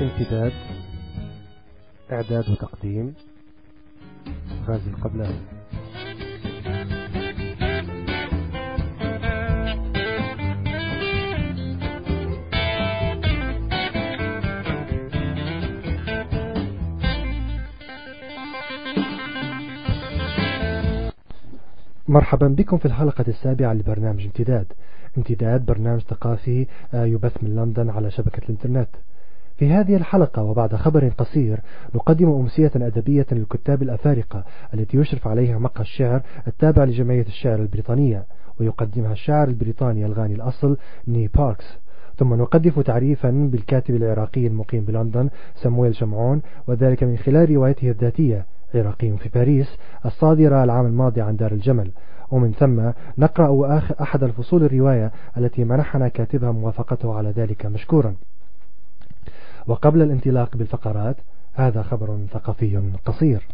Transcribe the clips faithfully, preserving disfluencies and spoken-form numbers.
امتداد، إعداد وتقديم غازي القبلاني. مرحبا بكم في الحلقة السابعة لبرنامج امتداد. امتداد برنامج ثقافي يبث من لندن على شبكة الانترنت. في هذه الحلقة وبعد خبر قصير نقدم أمسية أدبية للكتاب الأفارقة التي يشرف عليها مقهى الشعر التابع لجمعية الشعر البريطانية، ويقدمها الشاعر البريطاني الغاني الأصل ني باركس. ثم نقدم تعريفا بالكاتب العراقي المقيم بلندن سمويل شمعون، وذلك من خلال روايته الذاتية عراقي في باريس الصادرة العام الماضي عن دار الجمل. ومن ثم نقرأ أحد الفصول الرواية التي منحنا كاتبها موافقته على ذلك مشكورا. وقبل الانطلاق بالفقرات، هذا خبر ثقافي قصير.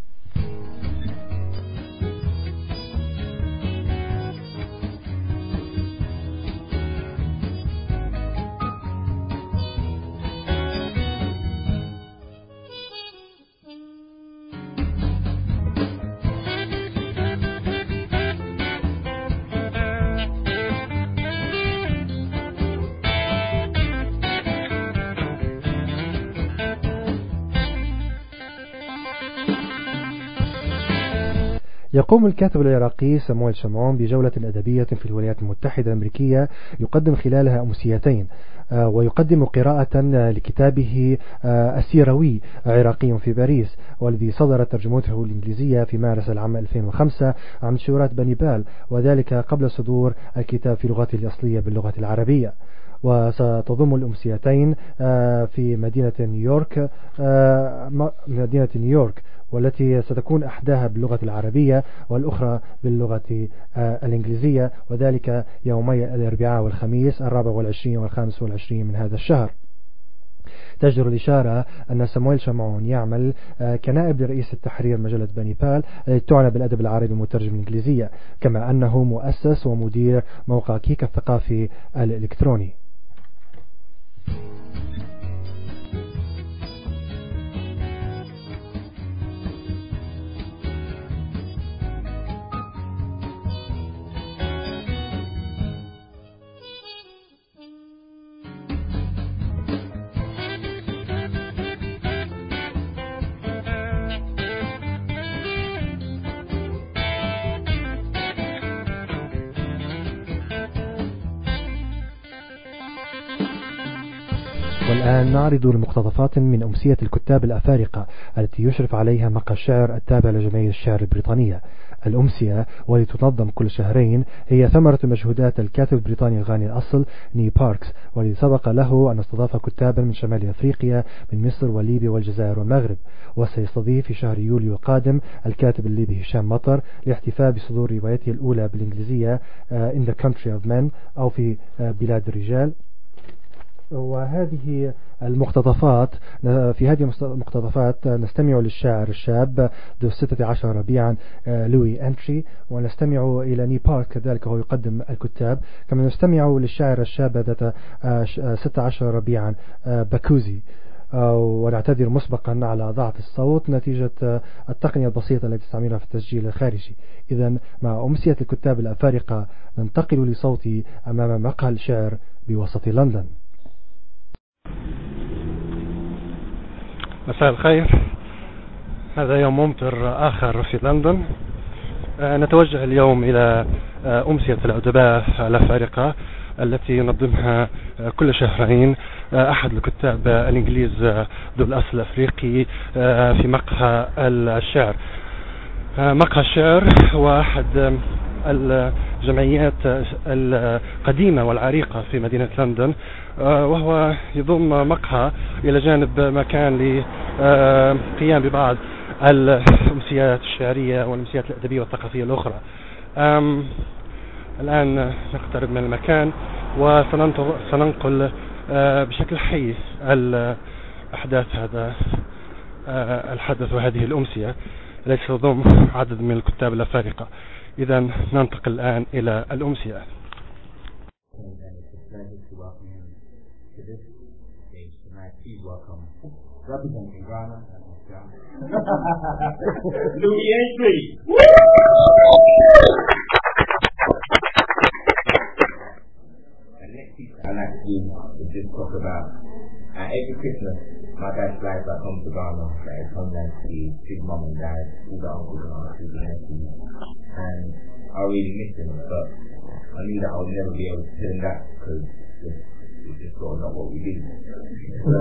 يقوم الكاتب العراقي سمويل شمعون بجولة أدبية في الولايات المتحدة الأمريكية يقدم خلالها أمسيتين، ويقدم قراءة لكتابه السيروي عراقي في باريس، والذي صدرت ترجمته الإنجليزية في مارس العام ألفين وخمسة عن شورات بني بال، وذلك قبل صدور الكتاب في لغته الأصلية باللغة العربية. وستضم الأمسيتين في مدينة نيويورك مدينة نيويورك والتي ستكون أحداها باللغة العربية والأخرى باللغة الإنجليزية، وذلك يومي الأربعاء والخميس الرابع والعشرين والخامس والعشرين من هذا الشهر. تجدر الإشارة أن سمويل شمعون يعمل كنائب لرئيس التحرير مجلة بني بال التي تعنى بالأدب العربي المترجم الإنجليزية، كما أنه مؤسس ومدير موقع كيك الثقافي الإلكتروني. والآن نعرض المقتطفات من أمسية الكتاب الأفارقة التي يشرف عليها مقهى الشعر التابع لجمعية الشعر البريطانية. الأمسية والتي تنظم كل شهرين هي ثمرة مجهودات الكاتب البريطاني الغاني الأصل ني باركس، والذي سبق له أن استضاف كتابا من شمال أفريقيا من مصر وليبيا والجزائر والمغرب، وسيستضيف في شهر يوليو القادم الكاتب الليبي هشام مطر لاحتفاء بصدور روايته الأولى بالإنجليزية In the Country of Men أو في بلاد الرجال. وهذه المقتطفات في هذه المقتطفات نستمع للشاعر الشاب ذو ستة عشر ربيعا لوي أنتري، ونستمع إلى ني بارك كذلك هو يقدم الكتاب، كما نستمع للشاعر الشاب ذات ستة عشر ربيعا باكوزي. ونعتذر مسبقا على ضعف الصوت نتيجة التقنية البسيطة التي تستعملها في التسجيل الخارجي. إذن مع أمسية الكتاب الأفارقة ننتقل لصوتي أمام مقهى الشعر بوسط لندن. مساء الخير. هذا يوم ممطر آخر في لندن. نتوجه اليوم إلى أمسية الأدباء الأفارقة التي ينظمها كل شهرين أحد الكتاب الإنجليز ذو الأصل الأفريقي في مقهى الشعر. مقهى الشعر هو أحد الجمعيات القديمة والعريقة في مدينة لندن، وهو يضم مقهى إلى جانب مكان للقيام ببعض الأمسيات الشعرية والأمسيات الأدبية والثقافية الأخرى. الآن نقترب من المكان وسننقل بشكل حي الأحداث هذا الحدث وهذه الأمسية التي تضم عدد من الكتاب الأفارقة. إذا ننتقل الآن إلى الأمسية. Alright, please welcome. Representing Ghana. Louis Entry. And next piece I'd like to do is just talk about uh, every Christmas my dad flies back home to Ghana, like his homeland to see his mum and dad, all the uncles and aunties and nephews. And I really miss him, but I knew that I would never be able to tell him that because it's, it's just sort of not what we do. So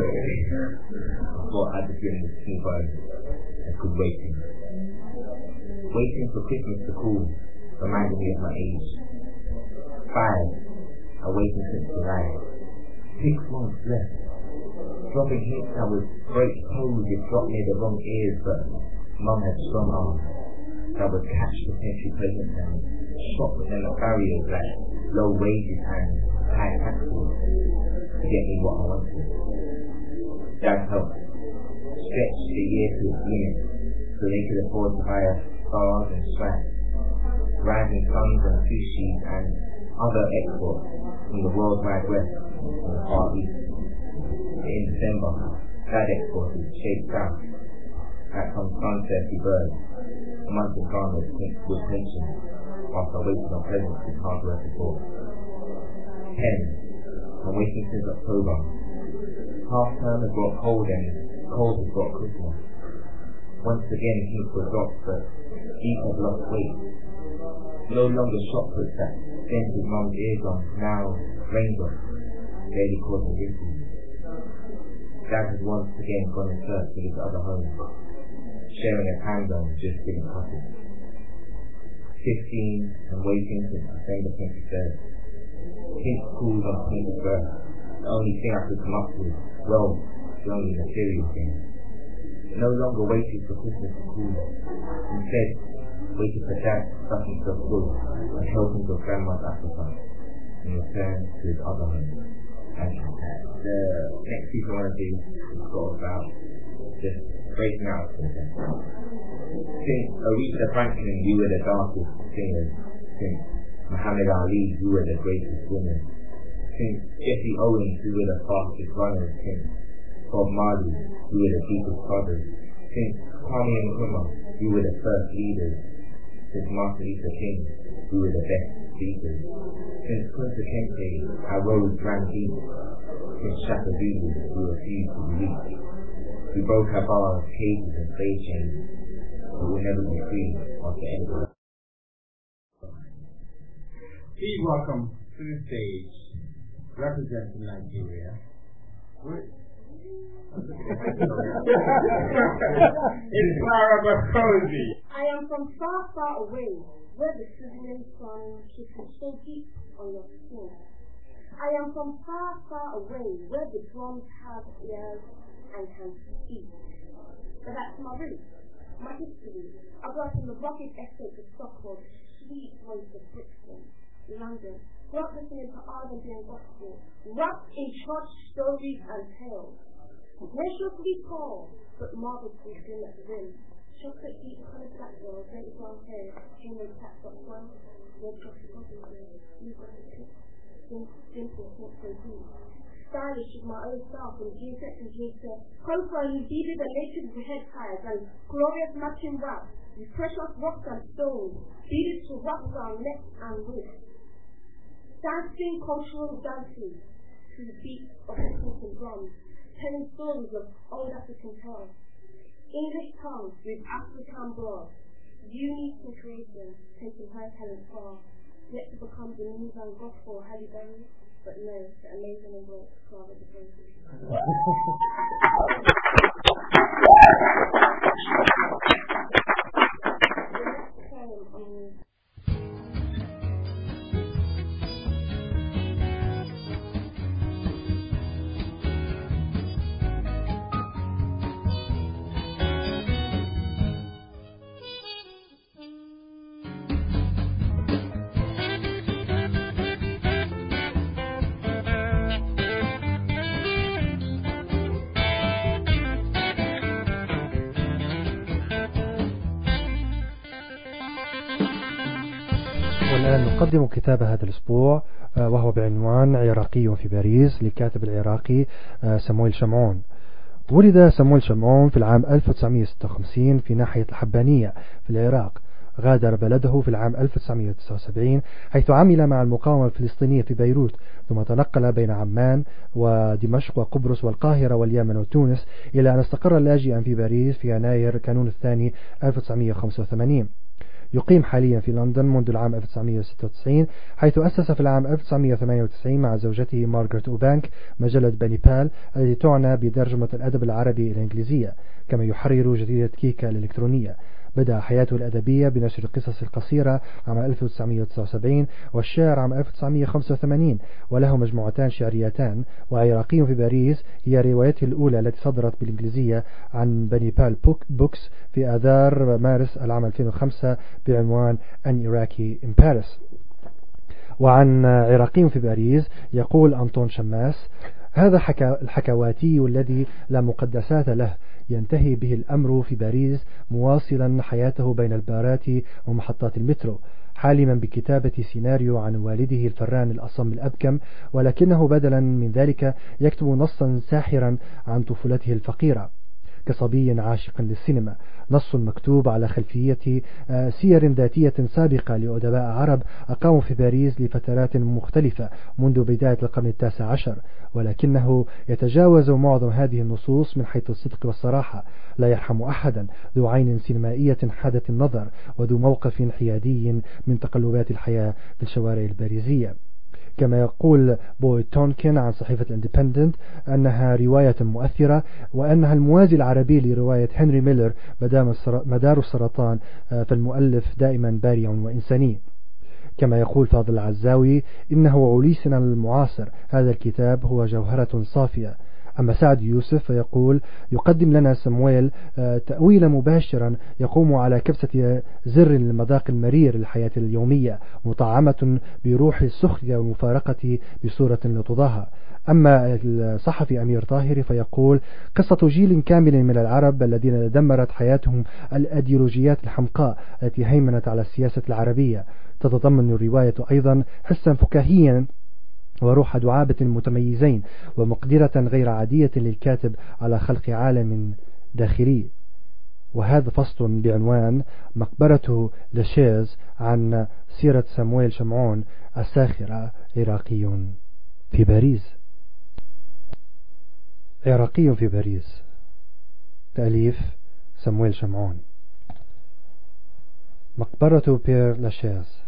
I thought I'd just give him this small poem. It's called Waiting. Waiting for Christmas to call reminded me of my age. Five, I waited since July. Six months left. Dropping hints I would break toes if dropped near the wrong ears, but Mum had strong arms that would catch potential presents and shot within the barriers like low wages and high taxes to get me what I wanted. Dad helped stretch the year to its limit so they could afford to buy us stars and stripes, rising suns and sushis and other exports from the World Wide West and the Far East. In December, Dad exported shaped south like some sun-thirsty bird. A month of Ghana was pension whilst I waited on presents with hard work and thought. Ten, I'm waiting since October. Half term has brought cold and cold has brought Christmas. Once again hints were dropped, but each had lost weight. No longer shot puts that sent his mum's eardrums, now raindrops, daily causing ripples. Dad had once again gone in search of his other home. Sharing a time zone just didn't cut it. Fifteen and waiting since December twenty-third. Hints called on twenty-first. The only thing I could come up with, well, the only material thing. No longer waited for Christmas to cool. Instead, waited for Dad to stuff himself full and help him to Grandma's appetite and return to his other home. And the next piece I want to do is sort of about just breaking out of something. Since Aretha Franklin, you were the darkest singers. Since Muhammad Ali, you were the greatest winners. Since Jesse Owens, you were the fastest runners. Since Bob Marley, you were the deepest brothers. Since Kwame Nkrumah, you were the first leaders. Since Martin Luther King, you were the best speakers. Since Kunta Kinte, our roads ran deep. Since Shaka Zulu, we refused to be reached. We broke our bars, cages and slave chains. We will never be free after anyone. Please welcome to the stage, representing Nigeria. It's Clara Bakosi. I am from far, far away, where the sizzling sun kisses so deep on your skin. I am from far, far away, where the drums have ears and can speak. But that's my roots, my history. I grew up in the rugged estate of Stockholm, sweet voice of Brixton, London. Grew up listening to R and B and gospel, wrapped in church stories and tales. Graciously tall, but marvelously thin at the rim. Chocolate deep coloured black girl, dirty brown hair, human tapped up one, red chocolate coffee girl, blue glass tip, simple, simple boots. Stylish with my own style from jeans set to jeans set. Profile who beaded and lated with head ties and glorious matching wrap with precious rocks and stones, beaded to wrap around neck and wrist. Dancing cultural dances to the beat of whistles and drums, telling stories of old African tales. English tongues with African blood, unique in creation, taking her talent far, yet to become the new Van Gogh for Halle Berry, but no, the amazing and great Clara Bakosi. The next poem on والآن نقدم كتاب هذا الأسبوع وهو بعنوان عراقي في باريس للكاتب العراقي سمويل شمعون. ولد سمويل شمعون في العام ألف وتسعمئة وستة وخمسين في ناحية الحبانية في العراق. غادر بلده في العام ألف وتسعمئة وتسعة وسبعين حيث عمل مع المقاومة الفلسطينية في بيروت، ثم تنقل بين عمان ودمشق وقبرص والقاهرة واليمن وتونس، إلى أن استقر لاجئا في باريس في يناير كانون الثاني ألف وتسعمئة وخمسة وثمانين. يقيم حاليا في لندن منذ العام ألف وتسعمئة وستة وتسعين، حيث أسس في العام ألف وتسعمئة وثمانية وتسعين مع زوجته مارغريت أوبانك مجلة بانيبال التي تعنى بترجمة الأدب العربي إلى الإنجليزية، كما يحرر جريدة كيكا الإلكترونية. بدأ حياته الأدبية بنشر القصص القصيرة عام ألف وتسعمئة وتسعة وسبعين والشعر عام ألف وتسعمئة وخمسة وثمانين، وله مجموعتان شعريتان. وعراقي في باريس هي روايته الأولى التي صدرت بالإنجليزية عن بانيبال بوكس في آذار مارس العام ألفين وخمسة بعنوان An Iraqi in Paris. وعن عراقي في باريس يقول أنطون شماس: هذا حكا الحكواتي الذي لا مقدسات له، ينتهي به الأمر في باريس مواصلا حياته بين البارات ومحطات المترو، حالما بكتابة سيناريو عن والده الفران الأصم الأبكم، ولكنه بدلا من ذلك يكتب نصا ساحرا عن طفولته الفقيرة كصبي عاشق للسينما، نص مكتوب على خلفية سير ذاتية سابقة لأدباء عرب أقاموا في باريس لفترات مختلفة منذ بداية القرن التاسع عشر، ولكنه يتجاوز معظم هذه النصوص من حيث الصدق والصراحة، لا يرحم أحدا، ذو عين سينمائية حادة النظر وذو موقف حيادي من تقلبات الحياة في الشوارع الباريزية. كما يقول بوي تونكن عن صحيفة الاندبندنت أنها رواية مؤثرة، وأنها الموازي العربي لرواية هنري ميلر مدار السرطان، فالمؤلف دائما بارع وإنساني. كما يقول فاضل العزاوي: إنه عليسنا المعاصر، هذا الكتاب هو جوهرة صافية. أما سعد يوسف فيقول: يقدم لنا سمويل تأويلا مباشرا يقوم على كبسة زر المذاق المرير للحياة اليومية، مطعمة بروح السخرية والمفارقة بصورة لا تضاهى. أما الصحفي أمير طاهر فيقول: قصة جيل كامل من العرب الذين دمرت حياتهم الأيديولوجيات الحمقاء التي هيمنت على السياسة العربية. تتضمن الرواية أيضا حسا فكاهيا وروح دعابة متميزين ومقدرة غير عادية للكاتب على خلق عالم داخلي. وهذا فصل بعنوان مقبرة لاشيز عن سيرة سمويل شمعون الساخرة، عراقي في باريس. عراقي في باريس، تأليف سمويل شمعون. مقبرة بير لاشيز.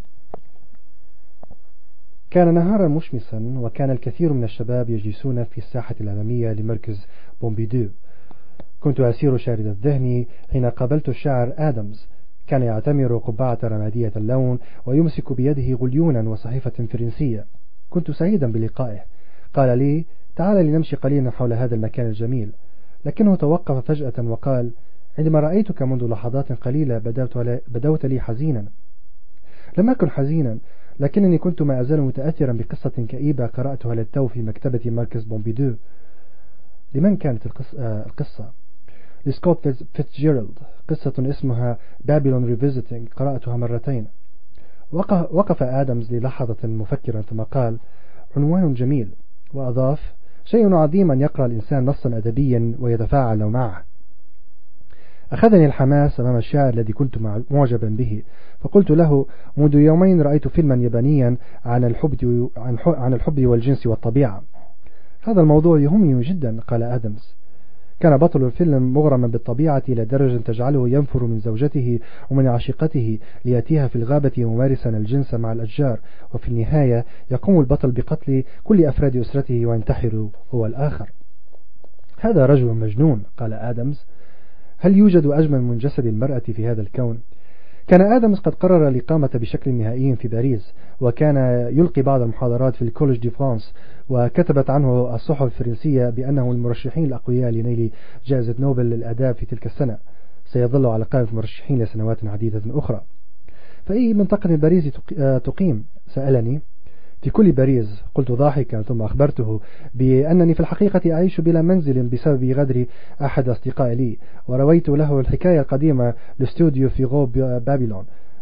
كان نهارا مشمسا، وكان الكثير من الشباب يجلسون في الساحة الأمامية لمركز بومبيدو. كنت أسير شارد الذهن حين قابلت الشاعر آدمز. كان يعتمر قبعة رمادية اللون ويمسك بيده غليونا وصحيفة فرنسية. كنت سعيدا بلقائه. قال لي: تعال لنمشي قليلا حول هذا المكان الجميل. لكنه توقف فجأة وقال: عندما رأيتك منذ لحظات قليلة بدوت لي حزينا. لم أكن حزينا، لكنني كنت ما أزال متأثرا بقصة كئيبة قرأتها للتو في مكتبة مركز بومبيدو. لمن كانت القصة؟ لسكوت فيتزجيرالد، قصة اسمها بابلون ريفيزيتنج، قرأتها مرتين. وقف آدمز للحظة مفكرا ثم قال: عنوان جميل. وأضاف: شيء عظيم أن يقرأ الإنسان نصا أدبيا ويتفاعل معه. أخذني الحماس أمام الشاعر الذي كنت معجبا به، فقلت له: منذ يومين رأيت فيلما يابانيا عن الحب عن الحب والجنس والطبيعة. هذا الموضوع يهمني جدا، قال آدمز. كان بطل الفيلم مغرما بالطبيعة إلى درجة تجعله ينفر من زوجته ومن عشيقته ليأتيها في الغابة ممارسا الجنس مع الأشجار، وفي النهاية يقوم البطل بقتل كل أفراد أسرته وينتحر هو الآخر. هذا رجل مجنون، قال آدمز. هل يوجد أجمل من جسد المرأة في هذا الكون؟ كان آدمز قد قرر الإقامة بشكل نهائي في باريس، وكان يلقي بعض المحاضرات في الكوليج دي فرانس، وكتبت عنه الصحف الفرنسية بأنه المرشحين الأقوياء لنيل جائزة نوبل للآداب في تلك السنة. سيظل على قائمة المرشحين لسنوات عديدة أخرى. فأي منطقة من باريس تقيم؟ سألني. في كل باريس، قلت ضاحكا، ثم أخبرته بأنني في الحقيقة أعيش بلا منزل بسبب غدر أحد أصدقائي لي، ورويت له الحكاية القديمة لاستوديو في غوب بابلون.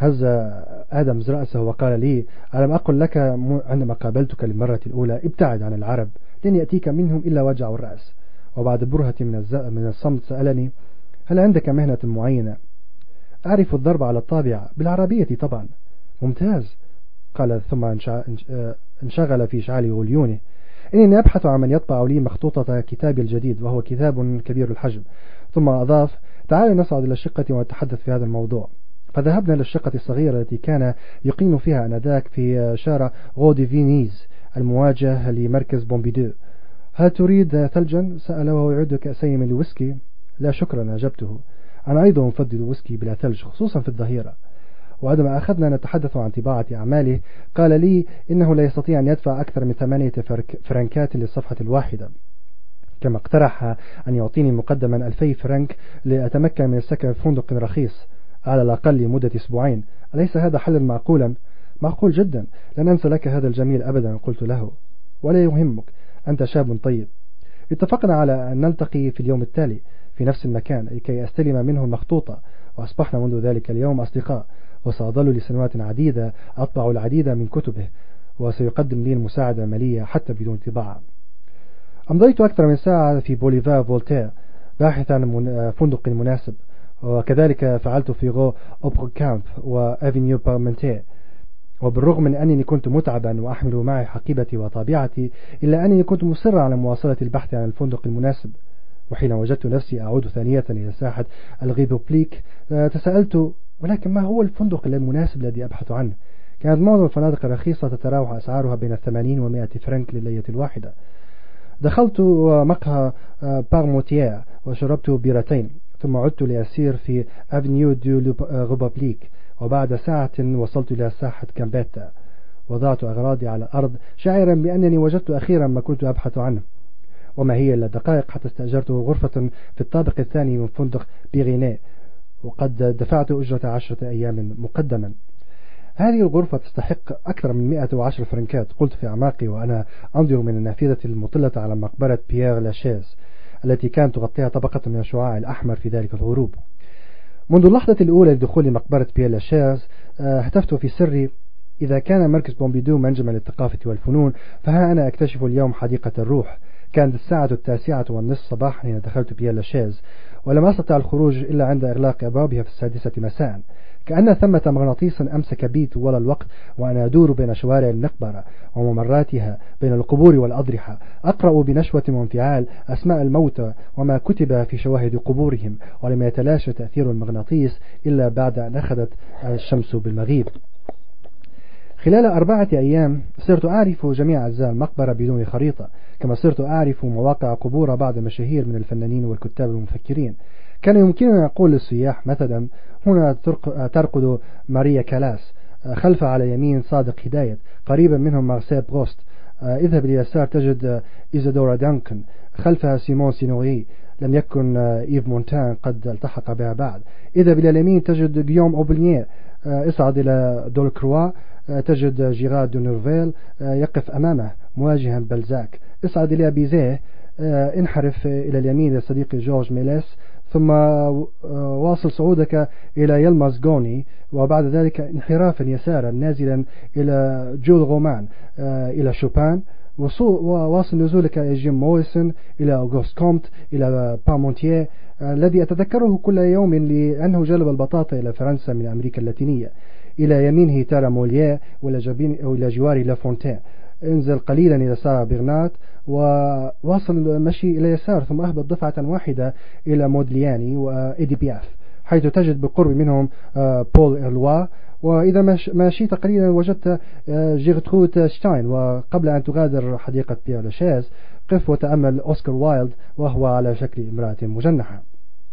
هز آدمز رأسه وقال لي: ألم أقل لك عندما قابلتك للمرة الأولى ابتعد عن العرب، لن يأتيك منهم إلا وجع الرأس. وبعد برهة من, من الصمت سألني: هل عندك مهنة معينة؟ أعرف الضرب على الطابع بالعربية طبعا. ممتاز، قال ثم انشغل في إشعال غليونه. إنني أبحث عن من يطبع لي مخطوطة كتابي الجديد، وهو كتاب كبير الحجم. ثم أضاف: تعال نصعد إلى الشقة ونتحدث في هذا الموضوع. فذهبنا إلى الشقة الصغيرة التي كان يقيم فيها آنذاك في شارع غودي فينيز المواجه لمركز بومبيدو. هل تريد ثلجا؟ سأل وهو يعد كأسين من الويسكي. لا شكرا، أجبته. أنا أيضا أفضل الويسكي بلا ثلج، خصوصا في الظهيرة. وعندما أخذنا نتحدث عن طباعة أعماله قال لي إنه لا يستطيع أن يدفع أكثر من ثمانية فرنكات للصفحة الواحدة، كما اقترح أن يعطيني مقدما ألفي فرنك لأتمكن من السكن في فندق رخيص على الأقل لمدة أسبوعين. أليس هذا حلا معقولا؟ معقول جدا، لن أنسى لك هذا الجميل أبدا، قلت له. ولا يهمك، أنت شاب طيب. اتفقنا على أن نلتقي في اليوم التالي في نفس المكان لكي أستلم منه المخطوطة، وأصبحنا منذ ذلك اليوم أصدقاء، وسأظل لسنوات عديدة أطبع العديد من كتبه، وسيقدم لي المساعدة المالية حتى بدون طباعة. أمضيت أكثر من ساعة في بوليفار فولتير باحثا عن فندق مناسب، وكذلك فعلت في غو أوبر كامب وأفينيو بارمنتير. وبالرغم من أنني كنت متعبا وأحمل معي حقيبتي وطابعتي، إلا أنني كنت مصرا على مواصلة البحث عن الفندق المناسب. وحين وجدت نفسي أعود ثانية إلى ساحة الغيبوبليك تساءلت: ولكن ما هو الفندق المناسب الذي أبحث عنه؟ كانت معظم الفنادق الرخيصة تتراوح أسعارها بين الثمانين ومائة فرنك لليلة الواحدة. دخلت مقهى بارموتيير وشربت بيرتين، ثم عدت لأسير في أفنيو دو غوبابليك. وبعد ساعة وصلت إلى ساحة كامبيتا، وضعت أغراضي على الأرض شاعرا بأنني وجدت أخيرا ما كنت أبحث عنه. وما هي إلا دقائق حتى استأجرت غرفة في الطابق الثاني من فندق بيغيني، وقد دفعت أجرة عشرة أيام مقدما. هذه الغرفة تستحق أكثر من مئة وعشر فرنكات، قلت في أعماقي وأنا أنظر من النافذة المطلة على مقبرة بيير لاشيز التي كانت تغطيها طبقة من الشعاع الأحمر في ذلك الغروب. منذ اللحظة الأولى لدخول مقبرة بيير لاشيز هتفت في سري: إذا كان مركز بومبيدو منجما للثقافة والفنون، فها أنا أكتشف اليوم حديقة الروح. كانت الساعة التاسعة والنصف صباحا حين دخلت بيير لاشيز، ولم أستطع الخروج إلا عند إغلاق أبوابها في السادسة مساء. كأن ثمة مغناطيس أمسك بي طوال الوقت وأنا أدور بين شوارع المقبرة وممراتها بين القبور والأضرحة، أقرأ بنشوة وانفعال أسماء الموتى وما كتب في شواهد قبورهم، ولم يتلاشى تأثير المغناطيس إلا بعد أن أخذت الشمس بالمغيب. خلال أربعة أيام صرت أعرف جميع أجزاء المقبرة بدون خريطة، كما صرت أعرف مواقع قبور بعض المشاهير من الفنانين والكتاب والمفكرين. كان يمكنني أن أقول للسياح مثلا: هنا ترقد ماريا كالاس، خلفها على يمين صادق هداية، قريبا منهم مارسيل بروست. اذهب لليسار تجد إيزادورا دانكن، خلفها سيمون سينوري، لم يكن إيف مونتان قد التحق بها بعد. اذهب إلى اليمين تجد غيوم أوبلينير، اصعد إلى دولكروا تجد جيراد دو نورفيل يقف أمامه مواجها بلزاك. اصعد إلى بيزيه، انحرف إلى اليمين لصديقي جورج ميليس، ثم واصل صعودك إلى يلماس غوني، وبعد ذلك انحرافا يسارا نازلا إلى جول رومان إلى شوبان، وواصل نزولك إلى جيم مويسون إلى أوغوست كومت إلى بارمونتيير الذي أتذكره كل يوم لأنه جلب البطاطا إلى فرنسا من أمريكا اللاتينية. إلى يمينه تارا مولييه وإلى جواره لافونتين. انزل قليلا إلى سارة برنات وواصل المشي إلى يسار، ثم أهبط دفعة واحدة إلى مودلياني وإيدي بياف، حيث تجد بالقرب منهم بول إرلوا. وإذا مشيت قليلا وجدت جيرترود شتاين. وقبل أن تغادر حديقة بيير لاشيز قف وتأمل أوسكار وايلد وهو على شكل امرأة مجنحة.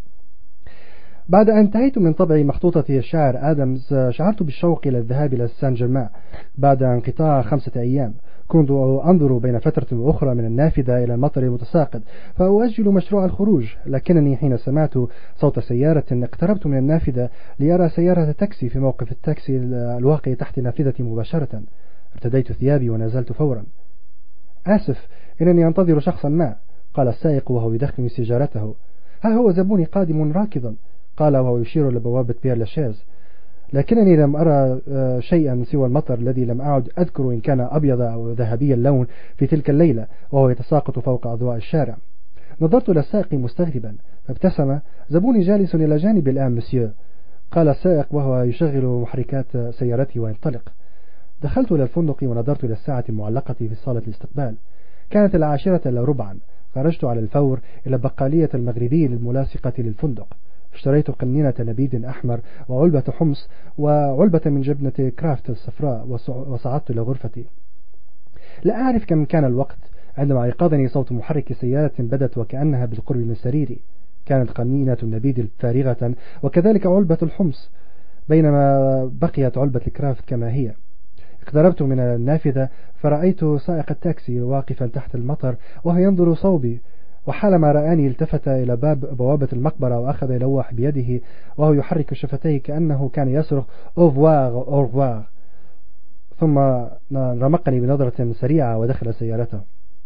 بعد أن انتهيت من طبع مخطوطة الشاعر آدمز شعرت بالشوق إلى الذهاب إلى سان جيرمان بعد انقطاع خمسة أيام. كنت أنظر بين فترة وأخرى من النافذة إلى المطر المتساقط فأؤجل مشروع الخروج، لكنني حين سمعت صوت سيارة اقتربت من النافذة لأرى سيارة تاكسي في موقف التاكسي الواقع تحت نافذتي مباشرة. ارتديت ثيابي ونزلت فورا. آسف، إنني أنتظر شخصا ما، قال السائق وهو يدخن سيجارته. ها هو زبوني قادم راكضا، قال وهو يشير لبوابة بيير لاشيز. لكنني لم أرى شيئا سوى المطر الذي لم أعد أذكر إن كان أبيض أو ذهبي اللون في تلك الليلة وهو يتساقط فوق أضواء الشارع. نظرت إلى السائق مستغربا فابتسم. زبوني جالس إلى جانبي الآن مسيو، قال السائق وهو يشغل محركات سيارته وينطلق. دخلت إلى الفندق ونظرت إلى الساعة المعلقة في صالة الاستقبال، كانت العاشرة إلا ربعا. خرجت على الفور إلى بقالية المغربي الملاصقة للفندق، اشتريت قنينة نبيذ أحمر وعلبة حمص وعلبة من جبنة كرافت الصفراء وصعدت إلى غرفتي. لا أعرف كم كان الوقت عندما أيقظني صوت محرك سيارة بدت وكأنها بالقرب من سريري. كانت قنينة النبيذ فارغة وكذلك علبة الحمص، بينما بقيت علبة الكرافت كما هي. اقتربت من النافذة فرأيت سائق التاكسي واقفا تحت المطر وهو ينظر صوبي، وحالما رآني التفت إلى باب بوابة المقبرة وأخذ يلوح بيده وهو يحرك شفتيه كأنه كان يصرخ أوفوار أوفوار، ثم رمقني بنظرة سريعة ودخل سيارته.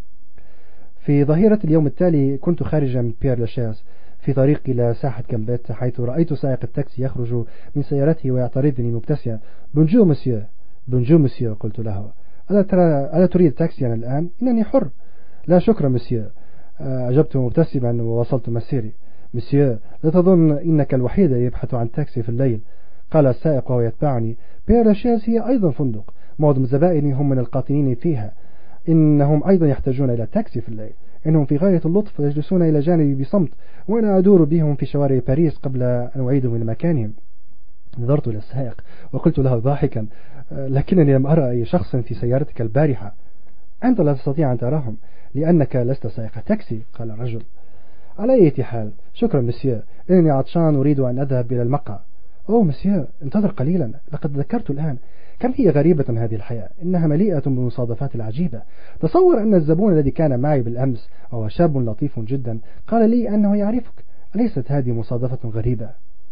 في ظهيرة اليوم التالي كنت خارجا من بيير لاشاز في طريق إلى ساحة كامبيت، حيث رأيت سائق التاكسي يخرج من سيارته ويعترضني مبتسما. بونجور مسيو. بونجور مسيو، قلت له. ألا ترى ألا تريد تاكسيا الآن؟ إنني حر. لا شكرا مسيو، أجبت مبتسما ووصلت مسيري. مسيو، لا تظن إنك الوحيد يبحث عن تاكسي في الليل، قال السائق وهو يتبعني. بيير لاشاز هي أيضا فندق، معظم زبائني هم من القاطنين فيها، إنهم أيضا يحتاجون إلى تاكسي في الليل. إنهم في غاية اللطف يجلسون إلى جانبي بصمت وأنا أدور بهم في شوارع باريس قبل أن أعيدهم إلى مكانهم. نظرت إلى السائق وقلت له ضاحكا: لكنني لم أرى أي شخص في سيارتك البارحة. أنت لا تستطيع أن تراهم لأنك لست سائق تاكسي، قال الرجل. على أي حال، شكرا مسيو، إنني عطشان أريد أن أذهب إلى المقهى. أوه مسيو، انتظر قليلا، لقد ذكرت الآن. كم هي غريبة هذه الحياة، إنها مليئة بالمصادفات العجيبة. تصور أن الزبون الذي كان معي بالأمس وهو شاب لطيف جدا قال لي أنه يعرفك. أليست هذه مصادفة غريبة؟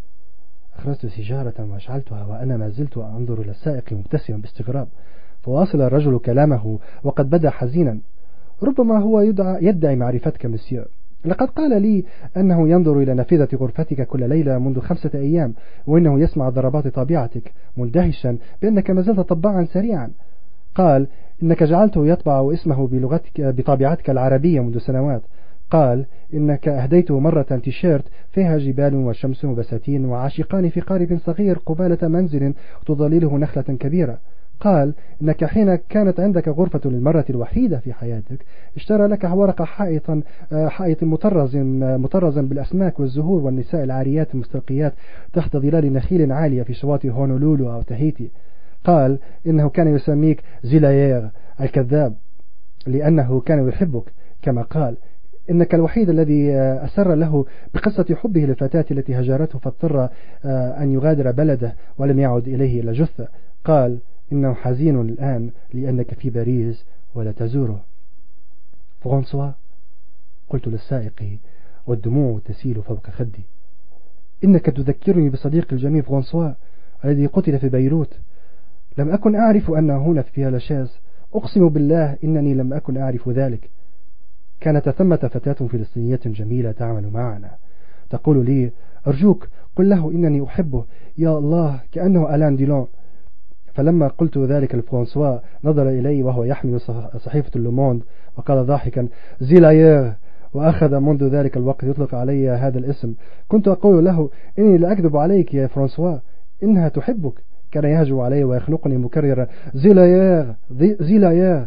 أخرجت سيجارة وأشعلتها وأنا ما زلت أنظر إلى السائق مبتسما باستغراب، فواصل الرجل كلامه وقد بدا حزينا. ربما هو يدعى يدعي معرفتك مسيو، لقد قال لي أنه ينظر إلى نافذة غرفتك كل ليلة منذ خمسة أيام، وإنه يسمع ضربات طابعتك، مندهشا بأنك ما زلت طباعا سريعا. قال إنك جعلته يطبع اسمه بلغتك بطابعتك العربية منذ سنوات. قال إنك أهديته مرة تيشيرت فيها جبال وشمس وبساتين وعاشقان في قارب صغير قبالة منزل تظلله نخلة كبيرة. قال إنك حين كانت عندك غرفة للمرة الوحيدة في حياتك اشترى لك ورقة حائطا حائط مطرز مطرزا بالأسماك والزهور والنساء العاريات المستلقيات تحت ظلال نخيل عالية في شواطئ هونولولو أو تهيتي. قال إنه كان يسميك زيلايير الكذاب لأنه كان يحبك، كما قال إنك الوحيد الذي أسر له بقصة حبه للفتاة التي هجرته فاضطر أن يغادر بلده ولم يعد إليه إلا جثة. قال إنه حزين الآن لأنك في باريس ولا تزوره. فرانسوا، قلت للسائق والدموع تسيل فوق خدي، إنك تذكرني بصديقي الجميل فرانسوا الذي قتل في بيروت. لم أكن أعرف أنه هنا في بيير لاشاز، أقسم بالله إنني لم أكن أعرف ذلك. كانت ثمة فتاة فلسطينية جميلة تعمل معنا، تقول لي: أرجوك قل له إنني أحبه، يا الله، كأنه ألان ديلون. فلما قلت ذلك لفرانسوا نظر إلي وهو يحمل صحيفة اللوموند وقال ضاحكا: زيلايير، وأخذ منذ ذلك الوقت يطلق علي هذا الاسم. كنت أقول له: إني لا أكذب عليك يا فرانسوا، إنها تحبك. كان يهجو علي ويخنقني مكررا: زيلايير زيلايير.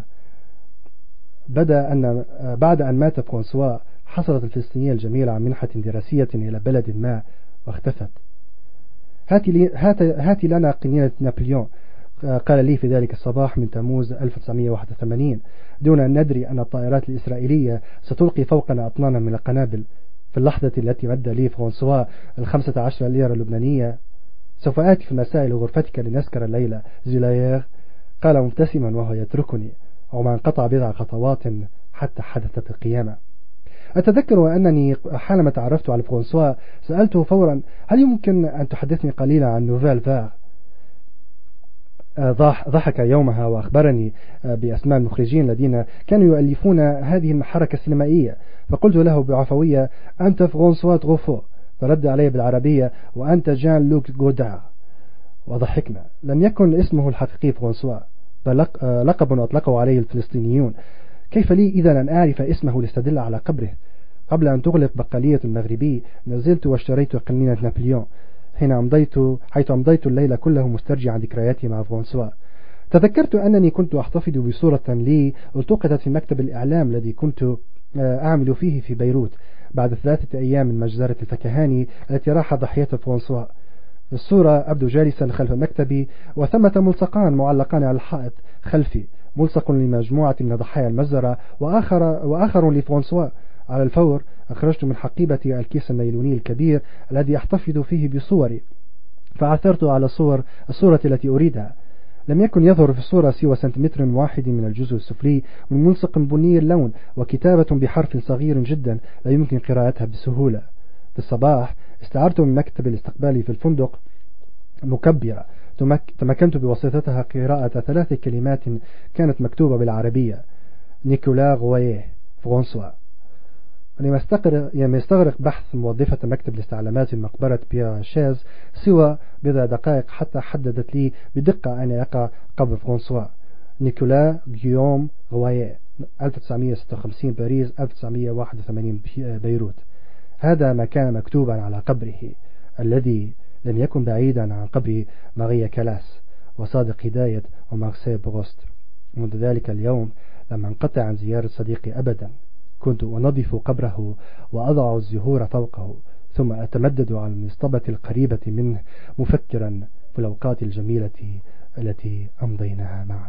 بدأ أن بعد أن مات فرانسوا حصلت الفلسطينية الجميلة عن منحة دراسية إلى بلد ما واختفت. هاتي, لي هات هاتي لنا قنينة نابليون، قال لي في ذلك الصباح من تموز ألف وتسعمائة وواحد وثمانين، دون أن ندري أن الطائرات الإسرائيلية ستلقي فوقنا أطنانا من القنابل. في اللحظة التي مد لي فرانسوا الخمسة عشر ليرة اللبنانية: سوف آتي في المساء لغرفتك لنسكر الليلة زيلايير، قال مبتسما وهو يتركني، وما انقطع بضع خطوات حتى حدثت القيامة. أتذكر أنني حالما تعرفت على فرانسوا سألته فورا: هل يمكن أن تحدثني قليلا عن نوفيل فاغ؟ ضحك يومها وأخبرني بأسماء المخرجين الذين كانوا يؤلفون هذه الحركة السينمائية، فقلت له بعفوية: أنت فرانسوا تروفو. فرد علي بالعربية: وأنت جان لوك غودار. وضحكنا. لم يكن اسمه الحقيقي فرانسوا، بل لقب أطلقوا عليه الفلسطينيون. كيف لي إذا أن أعرف اسمه لاستدل على قبره؟ قبل أن تغلق بقالية المغربي نزلت واشتريت قنينة نابليون، حين أمضيت حيث أمضيت الليل كله مسترجعا ذكرياتي مع فرانسوا. تذكرت أنني كنت أحتفظ بصورة لي التقطت في مكتب الإعلام الذي كنت أعمل فيه في بيروت بعد ثلاثة أيام من مجزرة الفكهاني التي راح ضحيتها فرانسوا. في الصورة أبدو جالسا خلف مكتبي، وثمة ملصقان معلقان على الحائط خلفي، ملصق لمجموعة من ضحايا المجزرة وآخر, وآخر لفرانسوا. على الفور أخرجت من حقيبتي الكيس النيلوني الكبير الذي أحتفظ فيه بصوري، فعثرت على صور الصورة التي أريدها. لم يكن يظهر في الصورة سوى سنتيمتر واحد من الجزء السفلي من ملصق بني اللون وكتابة بحرف صغير جدا لا يمكن قراءتها بسهولة. في الصباح استعرت من مكتب الاستقبال في الفندق مكبرة، تمكنت بواسطتها قراءة ثلاث كلمات كانت مكتوبة بالعربية: نيكولا غوايه فرانسوا. لم يستغرق بحث موظفة مكتب الاستعلامات في مقبرة بيير شاز سوى بضع دقائق حتى حددت لي بدقة أين يقع قبر فرانسوا: نيكولا غيوم غوايه، ألف وتسعمئة وستة وخمسين باريس، ألف وتسعمئة وواحد وثمانين بيروت. هذا ما كان مكتوبا على قبره الذي لم يكن بعيدا عن قبر ماريا كالاس وصادق هداية ومارسيل بروست. منذ ذلك اليوم لم انقطع عن زيارة صديقي أبدا. كنت أنظف قبره وأضع الزهور فوقه، ثم أتمدد على المصطبة القريبة منه مفكرا في الأوقات الجميلة التي أمضيناها معا.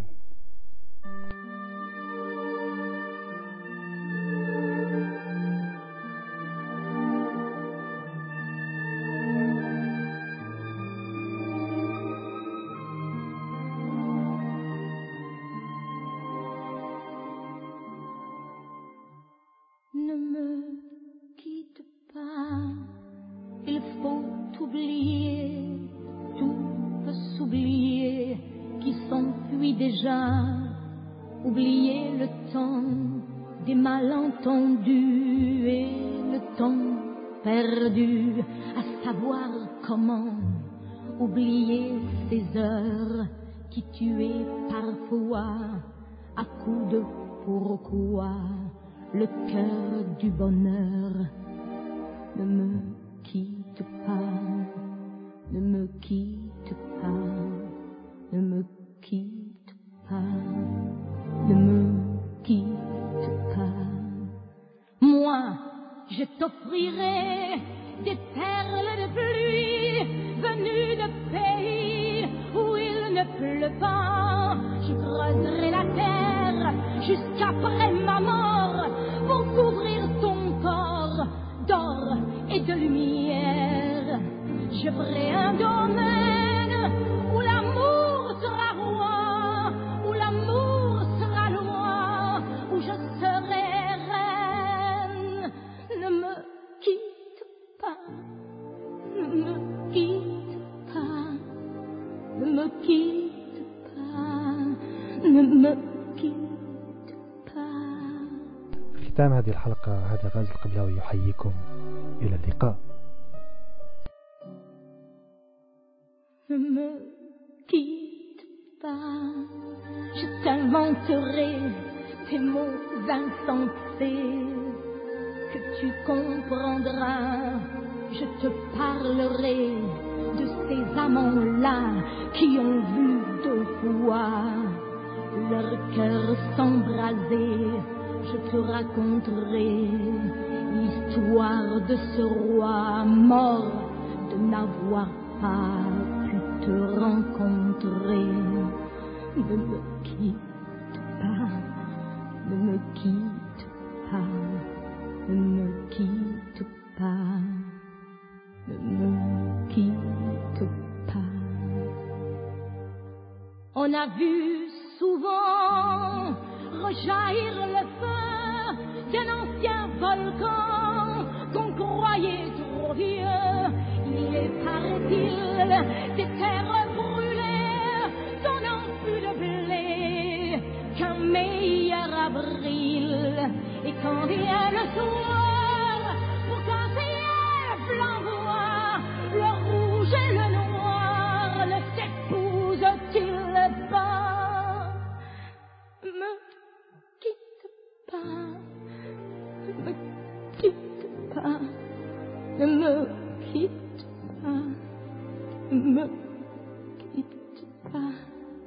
Oublier le temps des malentendus et le temps perdu à savoir comment oublier ces heures qui tuaient parfois à coups de pourquoi le cœur du bonheur. Ne me quitte pas, ne me quitte pas, ne me quitte pas. Ne me quitte pas. Moi, je t'offrirai des perles de pluie venues de pays où il ne pleut pas. Je creuserai la terre jusqu'après ma mort pour couvrir ton corps d'or et de lumière. Je ferai un domaine où l'amour sera roi, où l'amour sera loi, où je serai reine. Ne me quitte pas, ne me quitte pas, ne me quitte pas, ne me quitte pas. في ختام هذه الحلقة هذا غازي القبلاوي يحييكم إلى اللقاء. Ne me quitte pas, je t'inventerai des mots insensés que tu comprendras. Je te parlerai de ces amants-là qui ont vu deux fois leur cœur s'embraser. Je te raconterai l'histoire de ce roi mort de n'avoir pas pu te rencontrer. Ne me quitte pas, ne me quitte pas, ne me quitte pas, ne me quitte pas. On a vu souvent rejaillir le feu d'un ancien volcan qu'on croyait trop vieux. Il est, paraît-il, des terres brûlées donnant plus de blé qu'un meilleur avril. Et quand vient le soir, pour qu'un ciel flamboie, le rouge et le noir, le sexe me quitte pas.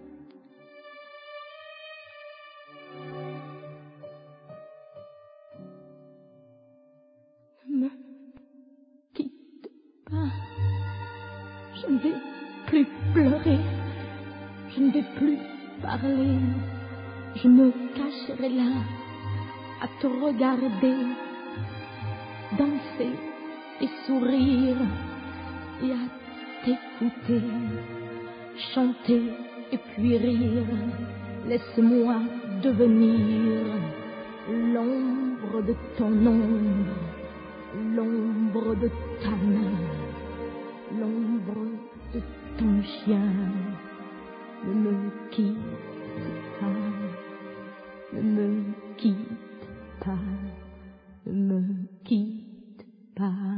Ne me quitte pas. Je ne vais plus pleurer. Je ne vais plus parler. Je me cacherai là à te regarder, danser et sourire et à t'écouter, chanter et puis rire. Laisse-moi devenir l'ombre de ton ombre, l'ombre de ta main, l'ombre de ton chien. Ne me quitte pas, ne me quitte pas, ne me quitte pas.